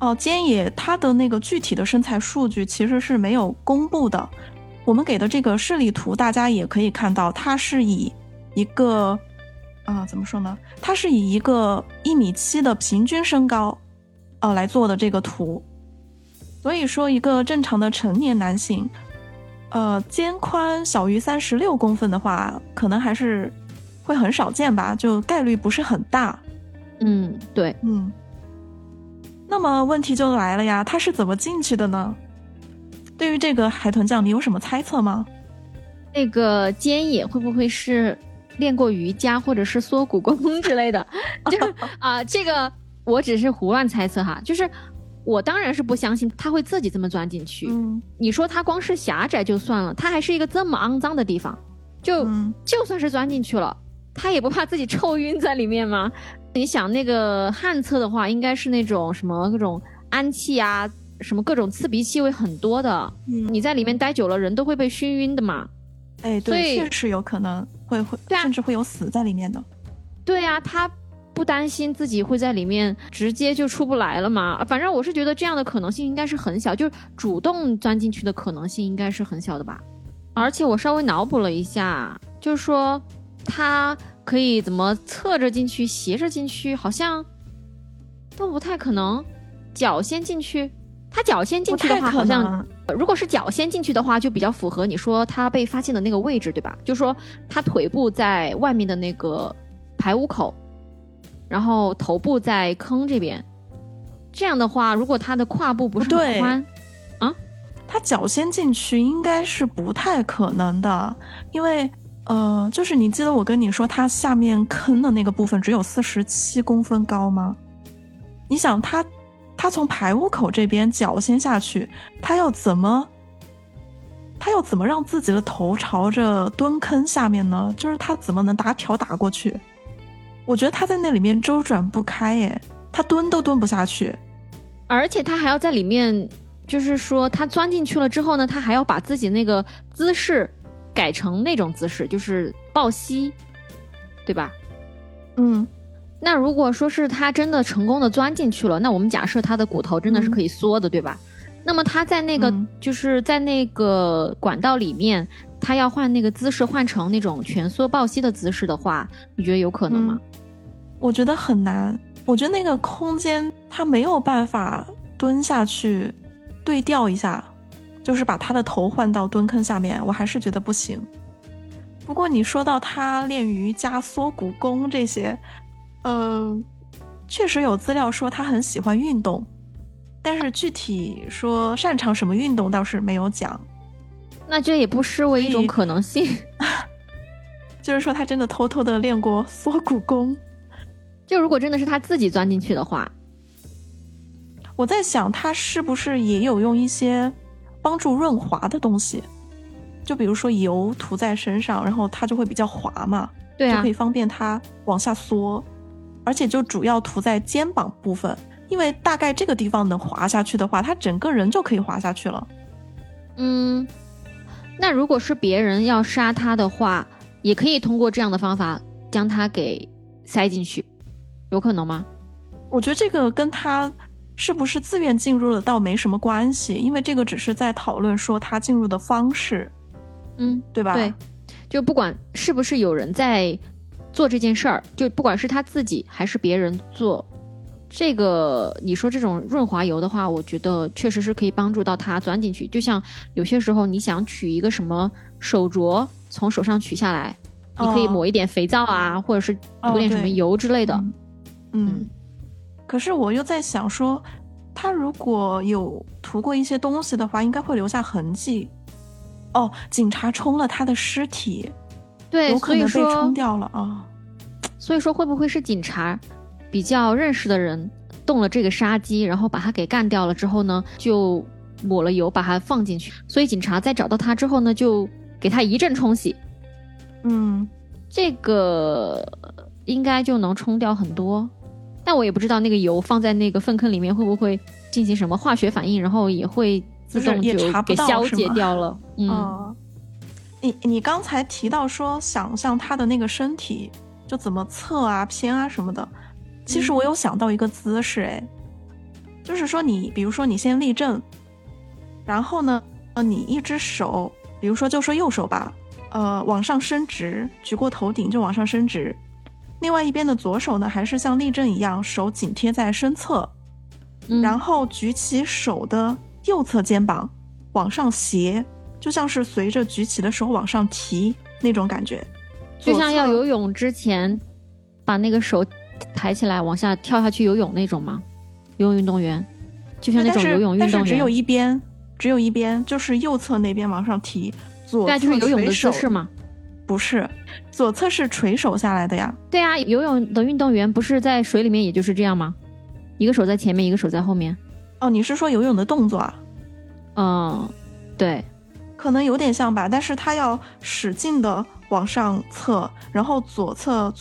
菅野他的那个具体的身材数据其实是没有公布的，我们给的这个示例图大家也可以看到，它是以一个怎么说呢？它是以一个1.7米的平均身高来做的这个图，所以说一个正常的成年男性肩宽小于36公分的话，可能还是会很少见吧，就概率不是很大。 对。 那么问题就来了呀，他是怎么进去的呢？对于这个海豚酱，你有什么猜测吗？ 那个菅野会不会是练过瑜伽或者是缩骨功之类的？就这个我只是胡乱猜测哈，就是我当然是不相信他会自己这么钻进去。你说他光是狭窄就算了，他还是一个这么肮脏的地方，就算是钻进去了，他也不怕自己臭晕在里面吗？你想那个旱厕的话，应该是那种什么各种氨气啊，什么各种刺鼻气味很多的，你在里面待久了，人都会被熏晕的嘛。 对，确实有可能会甚至会有死在里面的。 对啊，他不担心自己会在里面直接就出不来了嘛？反正我是觉得这样的可能性应该是很小，就是主动钻进去的可能性应该是很小的吧。而且我稍微脑补了一下，就是说他可以怎么侧着进去斜着进去，好像都不太可能。脚先进去，他脚先进去的话好像如果是脚先进去的话就比较符合你说他被发现的那个位置，对吧？就是说他腿部在外面的那个排污口，然后头部在坑这边，这样的话如果他的胯部不是很宽他脚先进去应该是不太可能的，因为就是你记得我跟你说他下面坑的那个部分只有47公分高吗？你想他从排污口这边脚先下去，他要怎么让自己的头朝着蹲坑下面呢？就是他怎么能打挑打过去？我觉得他在那里面周转不开耶，他蹲都蹲不下去。 而且他还要在里面，就是说他钻进去了之后呢，他还要把自己那个姿势改成那种姿势，就是抱膝，对吧？那如果说是他真的成功的钻进去了，那我们假设他的骨头真的是可以缩的，对吧？那么他在那个就是在那个管道里面，他要换那个姿势换成那种蜷缩抱膝的姿势的话，你觉得有可能吗？ 我觉得很难，我觉得那个空间他没有办法蹲下去对调一下，就是把他的头换到蹲坑下面，我还是觉得不行。不过你说到他练瑜伽缩骨功这些，确实有资料说他很喜欢运动，但是具体说擅长什么运动倒是没有讲。 那这也不失为一种可能性。 就是说他真的偷偷的练过缩骨功。 就如果真的是他自己钻进去的话， 我在想他是不是也有用一些帮助润滑的东西，就比如说油涂在身上，然后它就会比较滑嘛， 对啊， 就可以方便它往下缩，而且就主要涂在肩膀部分，因为大概这个地方能滑下去的话，他整个人就可以滑下去了。 那如果是别人要杀他的话，也可以通过这样的方法将他给塞进去，有可能吗？ 我觉得这个跟他是不是自愿进入的倒没什么关系，因为这个只是在讨论说他进入的方式，对吧？ 对，就不管是不是有人在做这件事儿，就不管是他自己还是别人做这个，你说这种润滑油的话，我觉得确实是可以帮助到他钻进去。就像有些时候你想取一个什么手镯从手上取下来，你可以抹一点肥皂啊，或者是涂点什么油之类的。 可是我又在想说，他如果有涂过一些东西的话，应该会留下痕迹。警察冲了他的尸体， 对， 有可能被冲掉了啊。 所以说会不会是警察比较认识的人动了这个杀机，然后把他给干掉了之后呢，就抹了油把他放进去，所以警察在找到他之后呢，就给他一阵冲洗。这个应该就能冲掉很多。但我也不知道那个油放在那个粪坑里面会不会进行什么化学反应，然后也会自动就给消解掉了。 你刚才提到说想象他的那个身体就怎么侧啊偏啊什么的，其实我有想到一个姿势， 就是说比如说你先立正，然后呢，你一只手，比如说就说右手吧，往上伸直，举过头顶就往上伸直。另外一边的左手呢，还是像立正一样，手紧贴在身侧，然后举起手的右侧肩膀往上斜，就像是随着举起的手往上提那种感觉， 就像要游泳之前把那个手抬起来往下跳下去游泳那种吗？游泳运动员就像那种游泳运动员， 但是只有一边，就是右侧那边往上提，左侧就是游泳的姿势吗？ 不是，左侧是垂手下来的呀。 对啊，游泳的运动员不是在水里面也就是这样吗？一个手在前面，一个手在后面。 哦，你是说游泳的动作啊？ 对， 可能有点像吧，但是他要使劲的往上侧，然后左侧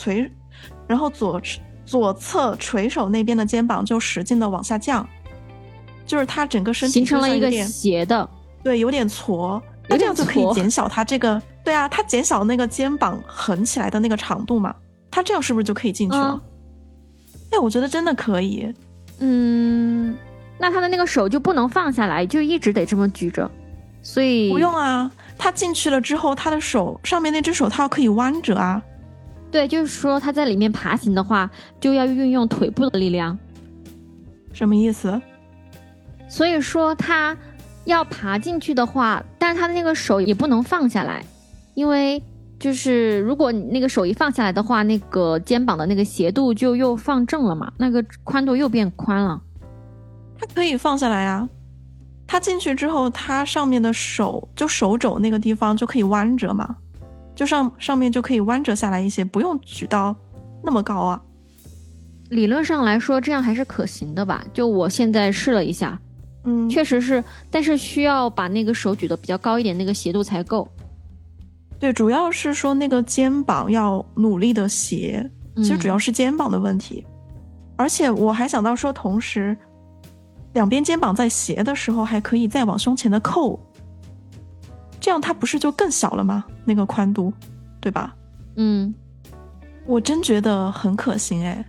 垂手那边的肩膀就使劲的往下降，就是他整个身体形成了一个斜的， 对，有点矬，那这样就可以减小他这个，对啊，他减小那个肩膀横起来的那个长度嘛，他这样是不是就可以进去了？我觉得真的可以。 那他的那个手就不能放下来，就一直得这么举着，所以不用啊，他进去了之后，他的手上面那只手套可以弯着啊。 对，就是说他在里面爬行的话，就要运用腿部的力量。 什么意思？ 所以说他要爬进去的话，但是他的那个手也不能放下来，因为就是如果你那个手一放下来的话，那个肩膀的那个斜度就又放正了嘛，那个宽度又变宽了。 他可以放下来啊，他进去之后，他上面的手就手肘那个地方就可以弯着嘛，就上面就可以弯着下来一些，不用举到那么高啊。 理论上来说这样还是可行的吧，就我现在试了一下，确实是，但是需要把那个手举得比较高一点，那个斜度才够。 对，主要是说那个肩膀要努力的斜，其实主要是肩膀的问题。而且我还想到说，同时两边肩膀在斜的时候还可以再往胸前的扣，这样它不是就更小了吗？那个宽度，对吧？我真觉得很可行哎。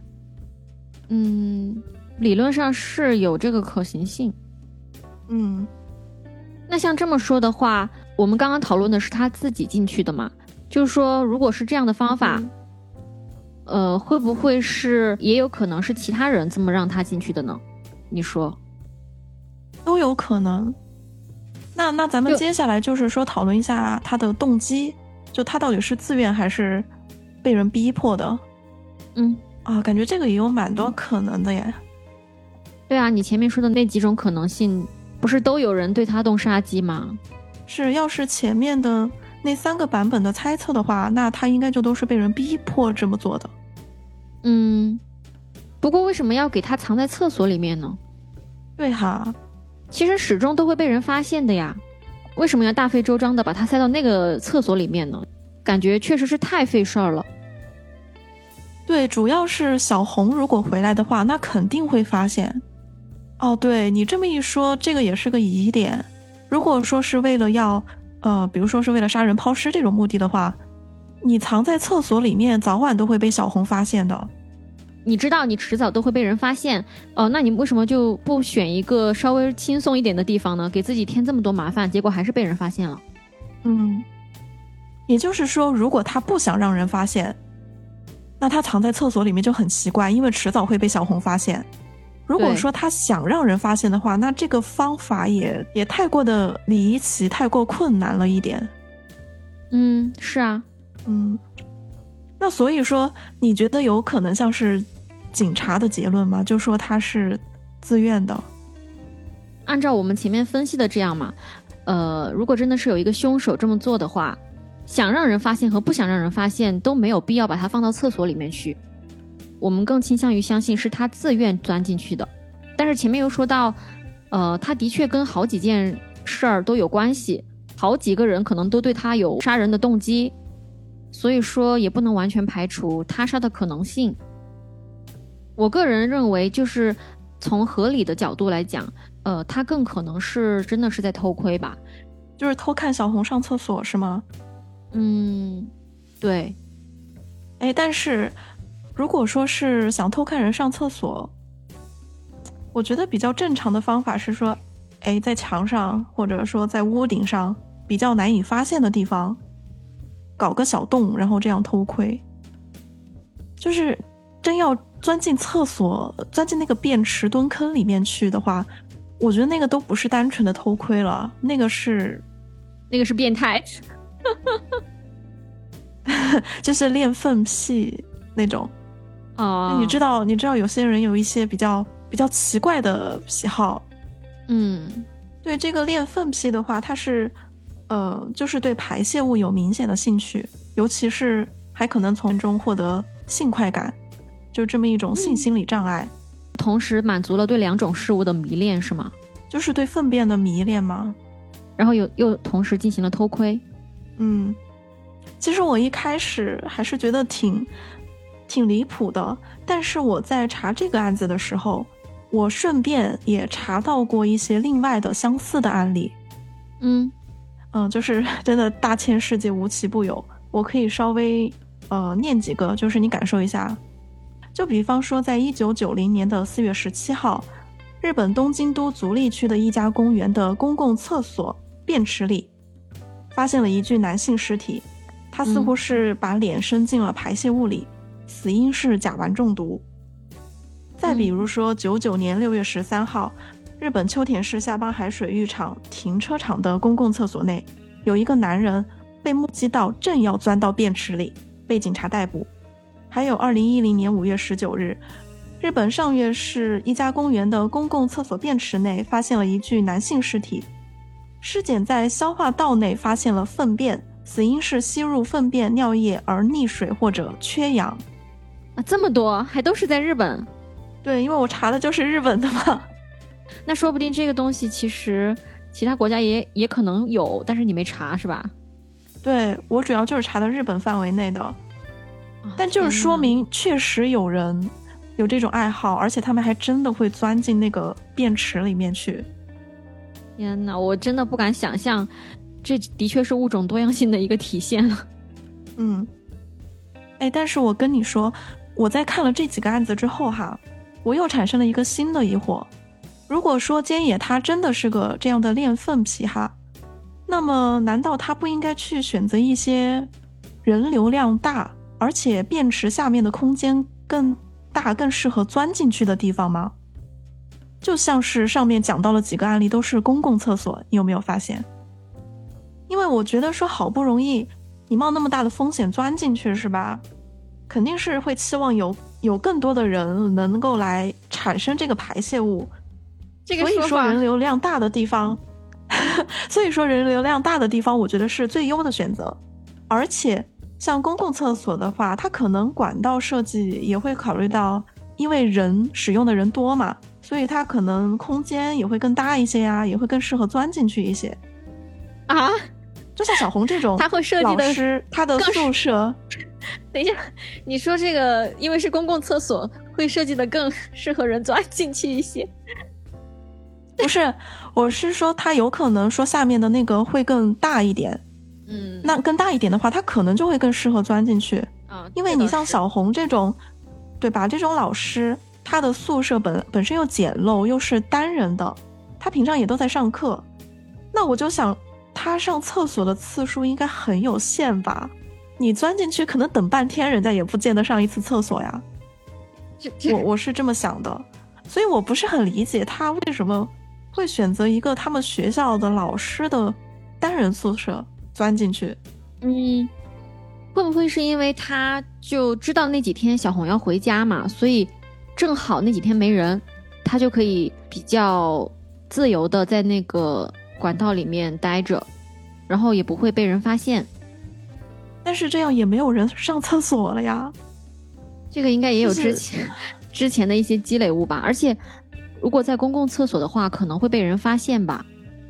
理论上是有这个可行性。那像这么说的话，我们刚刚讨论的是他自己进去的嘛？就是说，如果是这样的方法，会不会是也有可能是其他人这么让他进去的呢？你说？ 都有可能。那咱们接下来就是说讨论一下他的动机，就他到底是自愿还是被人逼迫的？感觉这个也有蛮多可能的耶。 对啊，你前面说的那几种可能性，不是都有人对他动杀机吗？ 是，要是前面的那3个版本的猜测的话，那他应该就都是被人逼迫这么做的。 不过为什么要给他藏在厕所里面呢？ 对哈， 其实始终都会被人发现的呀，为什么要大费周章的把它塞到那个厕所里面呢？感觉确实是太费事儿了。 对，主要是小红如果回来的话，那肯定会发现。对，你这么一说，这个也是个疑点。如果说是为了要比如说是为了杀人抛尸这种目的的话，你藏在厕所里面早晚都会被小红发现的。 你知道你迟早都会被人发现，那你为什么就不选一个稍微轻松一点的地方呢？给自己添这么多麻烦，结果还是被人发现了。 也就是说，如果他不想让人发现，那他藏在厕所里面就很奇怪，因为迟早会被小红发现。如果说他想让人发现的话，那这个方法也太过的离奇，太过困难了一点。 是啊。 那所以说，你觉得有可能像是警察的结论吗？就说他是自愿的。 按照我们前面分析的这样嘛，如果真的是有一个凶手这么做的话，想让人发现和不想让人发现都没有必要把它放到厕所里面去。我们更倾向于相信是他自愿钻进去的。但是前面又说到，他的确跟好几件事儿都有关系，好几个人可能都对他有杀人的动机，所以说也不能完全排除他杀的可能性。我个人认为，就是从合理的角度来讲，他更可能是真的是在偷窥吧， 就是偷看小红上厕所是吗？ 对。 但是如果说是想偷看人上厕所， 我觉得比较正常的方法是说，在墙上或者说在屋顶上比较难以发现的地方搞个小洞，然后这样偷窥。就是真要钻进厕所，钻进那个便池蹲坑里面去的话，我觉得那个都不是单纯的偷窥了，那个是变态。 就是恋粪癖那种。 哦， 你知道有些人有一些比较奇怪的癖好。对，这个恋粪癖的话，它是就是对排泄物有明显的兴趣，尤其是还可能从中获得性快感，就这么一种性心理障碍。 同时满足了对2种事物的迷恋是吗？ 就是对粪便的迷恋吗？ 然后又同时进行了偷窥。 其实我一开始还是觉得挺离谱的，但是我在查这个案子的时候，我顺便也查到过一些另外的相似的案例。就是真的大千世界无奇不有，我可以稍微念几个，就是你感受一下。就比方说在1990年的4月17号，日本东京都足立区的一家公园的公共厕所便池里发现了一具男性尸体，他似乎是把脸伸进了排泄物里，死因是甲烷中毒。再比如说99年6月13号，日本秋田市下浜海水浴场停车场的公共厕所内，有一个男人被目击到正要钻到便池里，被警察逮捕。还有2010年5月19日，日本上越市一家公园的公共厕所便池内发现了一具男性尸体，尸检在消化道内发现了粪便，死因是吸入粪便尿液而溺水或者缺氧。 这么多还都是在日本？ 对，因为我查的就是日本的嘛。 那说不定这个东西其实其他国家也可能有，但是你没查是吧？ 对，我主要就是查的日本范围内的。但就是说明确实有人有这种爱好，而且他们还真的会钻进那个便池里面去。 天哪，我真的不敢想象，这的确是物种多样性的一个体现了。 但是我跟你说，我在看了这几个案子之后哈，我又产生了一个新的疑惑。如果说菅野他真的是个这样的恋粪癖哈，那么难道他不应该去选择一些人流量大，而且便池下面的空间更大更适合钻进去的地方吗？就像是上面讲到了几个案例都是公共厕所，你有没有发现？因为我觉得说好不容易你冒那么大的风险钻进去是吧，肯定是会期望有更多的人能够来产生这个排泄物。所以说人流量大的地方我觉得是最优的选择。而且像公共厕所的话，它可能管道设计也会考虑到，因为人使用的人多嘛，所以它可能空间也会更大一些呀，也会更适合钻进去一些啊。 就像小红这种， 他会设计的老师他的宿舍。 等一下，你说这个因为是公共厕所，会设计的更适合人钻进去一些？ 不是，我是说它有可能说下面的那个会更大一点。那更大一点的话，它可能就会更适合钻进去。因为你像小红这种，对吧？这种老师，他的宿舍本身又简陋，又是单人的，他平常也都在上课。那我就想，他上厕所的次数应该很有限吧？你钻进去可能等半天，人家也不见得上一次厕所呀。我是这么想的，所以我不是很理解他为什么会选择一个他们学校的老师的单人宿舍钻进去。 会不会是因为他就知道那几天小红要回家嘛，所以正好那几天没人，他就可以比较自由的在那个管道里面待着，然后也不会被人发现。 但是这样也没有人上厕所了呀。 这个应该也有之前的一些积累物吧，而且如果在公共厕所的话可能会被人发现吧。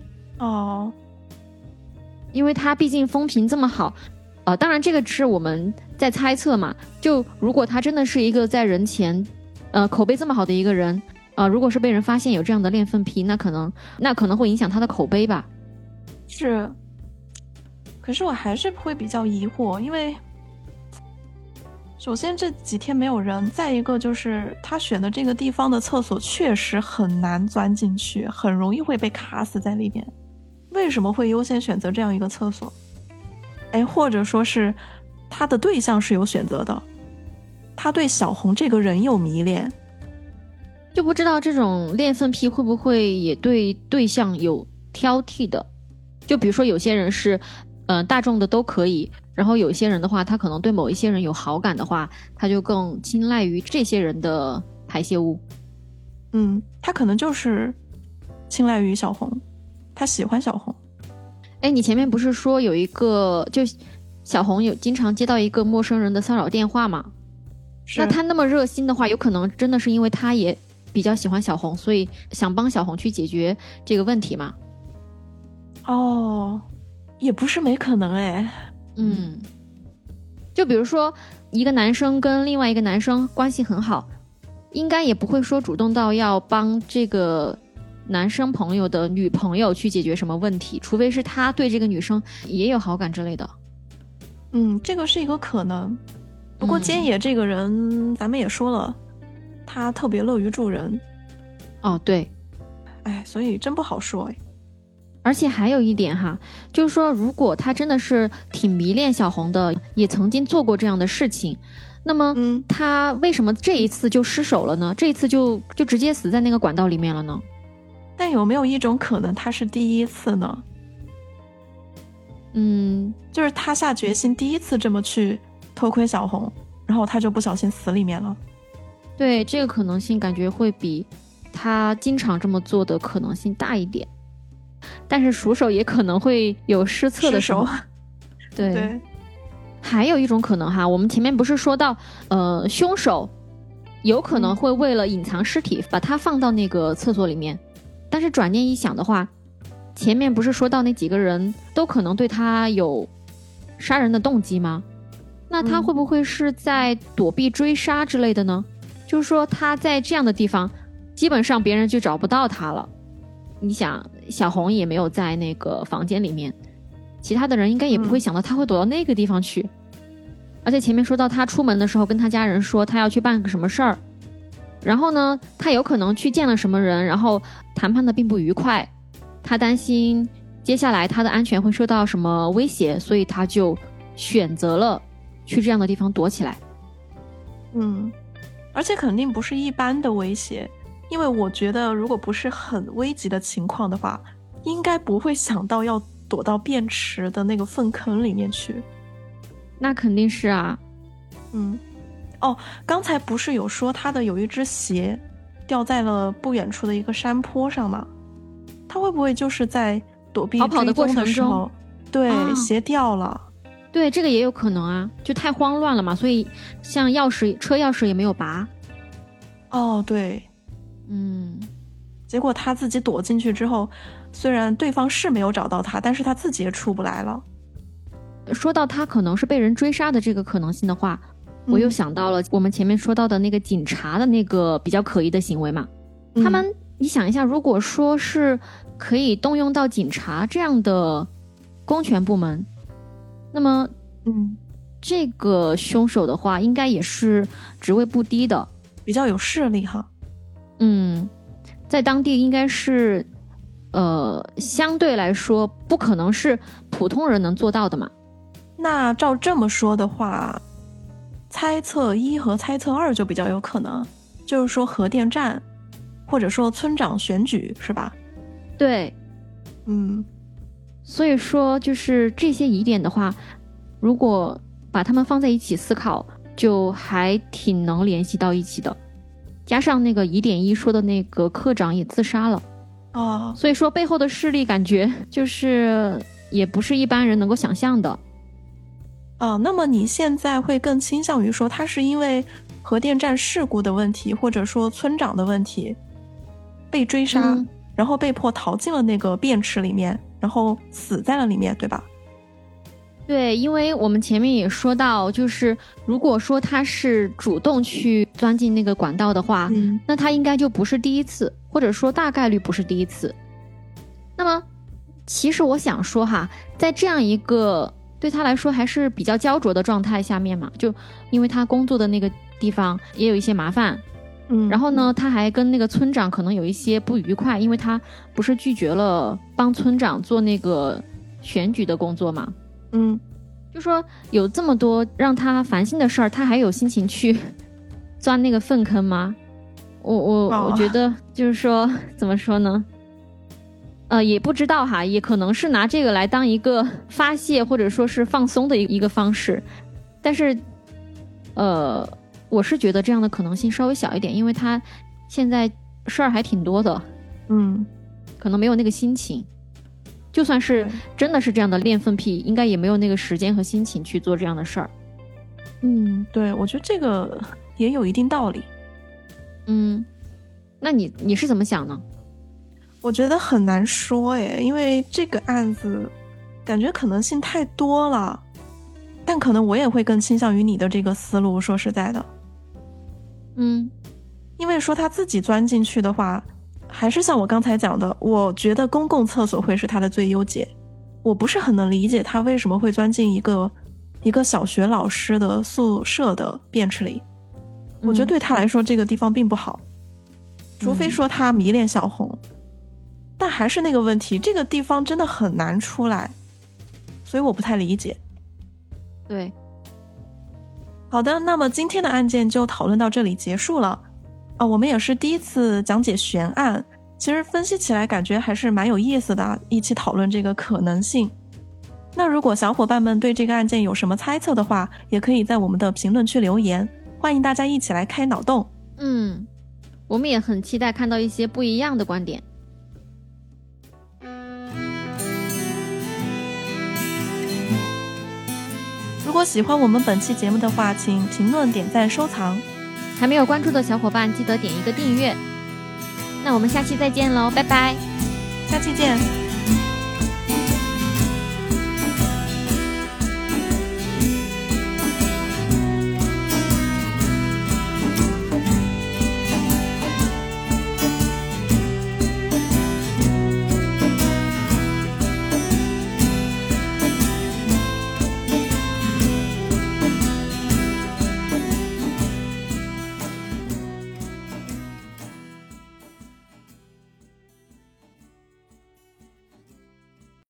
因为他毕竟风评这么好，当然这个是我们在猜测嘛，就如果他真的是一个在人前口碑这么好的一个人，如果是被人发现有这样的恋粪癖，那可能会影响他的口碑吧。 是，可是我还是会比较疑惑，因为首先这几天没有人，再一个就是他选的这个地方的厕所确实很难钻进去，很容易会被卡死在里面。为什么会优先选择这样一个厕所？或者说是他的对象是有选择的，他对小红这个人有迷恋， 就不知道这种恋粪癖会不会也对对象有挑剔的。就比如说有些人是大众的都可以，然后有些人的话他可能对某一些人有好感的话，他就更青睐于这些人的排泄物。 他可能就是青睐于小红，他喜欢小红。 你前面不是说有一个就小红有经常接到一个陌生人的骚扰电话吗？那他那么热心的话，有可能真的是因为他也比较喜欢小红，所以想帮小红去解决这个问题嘛？ 也不是没可能。 就比如说一个男生跟另外一个男生关系很好，应该也不会说主动到要帮这个男生朋友的女朋友去解决什么问题，除非是他对这个女生也有好感之类的。 这个是一个可能。不过菅野这个人咱们也说了，他特别乐于助人。 对。 所以真不好说。 而且还有一点哈，就是说如果他真的是挺迷恋小红的，也曾经做过这样的事情，那么他为什么这一次就失手了呢？这一次就直接死在那个管道里面了呢？ 但有没有一种可能他是第一次呢？就是他下决心第一次这么去偷窥小红，然后他就不小心死里面了。 对，这个可能性感觉会比他经常这么做的可能性大一点。但是鼠手也可能会有失策的时候。对。还有一种可能哈，我们前面不是说到凶手有可能会为了隐藏尸体把它放到那个厕所里面，但是转念一想的话，前面不是说到那几个人都可能对他有杀人的动机吗？那他会不会是在躲避追杀之类的呢？就是说他在这样的地方基本上别人就找不到他了。你想小红也没有在那个房间里面，其他的人应该也不会想到他会躲到那个地方去。而且前面说到他出门的时候跟他家人说他要去办个什么事儿，然后呢他有可能去见了什么人，然后谈判的并不愉快，他担心接下来他的安全会受到什么威胁，所以他就选择了去这样的地方躲起来。 而且肯定不是一般的威胁，因为我觉得如果不是很危急的情况的话，应该不会想到要躲到便池的那个粪坑里面去。 那肯定是啊。 刚才不是有说他的有一只鞋掉在了不远处的一个山坡上吗？他会不会就是在躲避逃跑的过程中， 对，鞋掉了。 对，这个也有可能啊，就太慌乱了嘛，所以像车钥匙也没有拔。 对。结果他自己躲进去之后，虽然对方是没有找到他，但是他自己也出不来了。 说到他可能是被人追杀的这个可能性的话，我又想到了我们前面说到的那个警察的那个比较可疑的行为嘛。他们你想一下，如果说是可以动用到警察这样的公权部门，那么这个凶手的话应该也是职位不低的， 比较有势力哈。 在当地应该是相对来说不可能是普通人能做到的嘛。 那照这么说的话，猜测1和猜测2就比较有可能，就是说核电站或者说村长选举是吧？ 对。所以说就是这些疑点的话，如果把它们放在一起思考，就还挺能联系到一起的。加上那个疑点1说的那个科长也自杀了，所以说背后的势力感觉就是也不是一般人能够想象的。 那么你现在会更倾向于说他是因为核电站事故的问题，或者说村长的问题被追杀，然后被迫逃进了那个便池里面，然后死在了里面，对吧？ 对，因为我们前面也说到，就是如果说他是主动去钻进那个管道的话，那他应该就不是第一次，或者说大概率不是第一次。那么其实我想说哈，在这样一个对他来说还是比较焦灼的状态下面嘛，就因为他工作的那个地方也有一些麻烦，然后呢他还跟那个村长可能有一些不愉快，因为他不是拒绝了帮村长做那个选举的工作嘛，就说有这么多让他烦心的事儿，他还有心情去钻那个粪坑吗？我觉得就是说怎么说呢，也不知道哈，也可能是拿这个来当一个发泄或者说是放松的一个方式，但是我是觉得这样的可能性稍微小一点，因为他现在事儿还挺多的，可能没有那个心情，就算是真的是这样的恋粪癖，应该也没有那个时间和心情去做这样的事儿。 对，我觉得这个也有一定道理。 那你是怎么想呢？ 我觉得很难说因为这个案子感觉可能性太多了，但可能我也会更倾向于你的这个思路，说实在的。因为说他自己钻进去的话，还是像我刚才讲的，我觉得公共厕所会是他的最优解。我不是很能理解他为什么会钻进一个小学老师的宿舍的便池里，我觉得对他来说这个地方并不好，除非说他迷恋小红，但还是那个问题，这个地方真的很难出来，所以我不太理解。 对， 好的，那么今天的案件就讨论到这里结束了。我们也是第一次讲解悬案，其实分析起来感觉还是蛮有意思的，一起讨论这个可能性。那如果小伙伴们对这个案件有什么猜测的话，也可以在我们的评论区留言，欢迎大家一起来开脑洞。 我们也很期待看到一些不一样的观点。 如果喜欢我们本期节目的话，请评论、点赞、收藏。 还没有关注的小伙伴记得点一个订阅。那我们下期再见喽，拜拜。 下期见。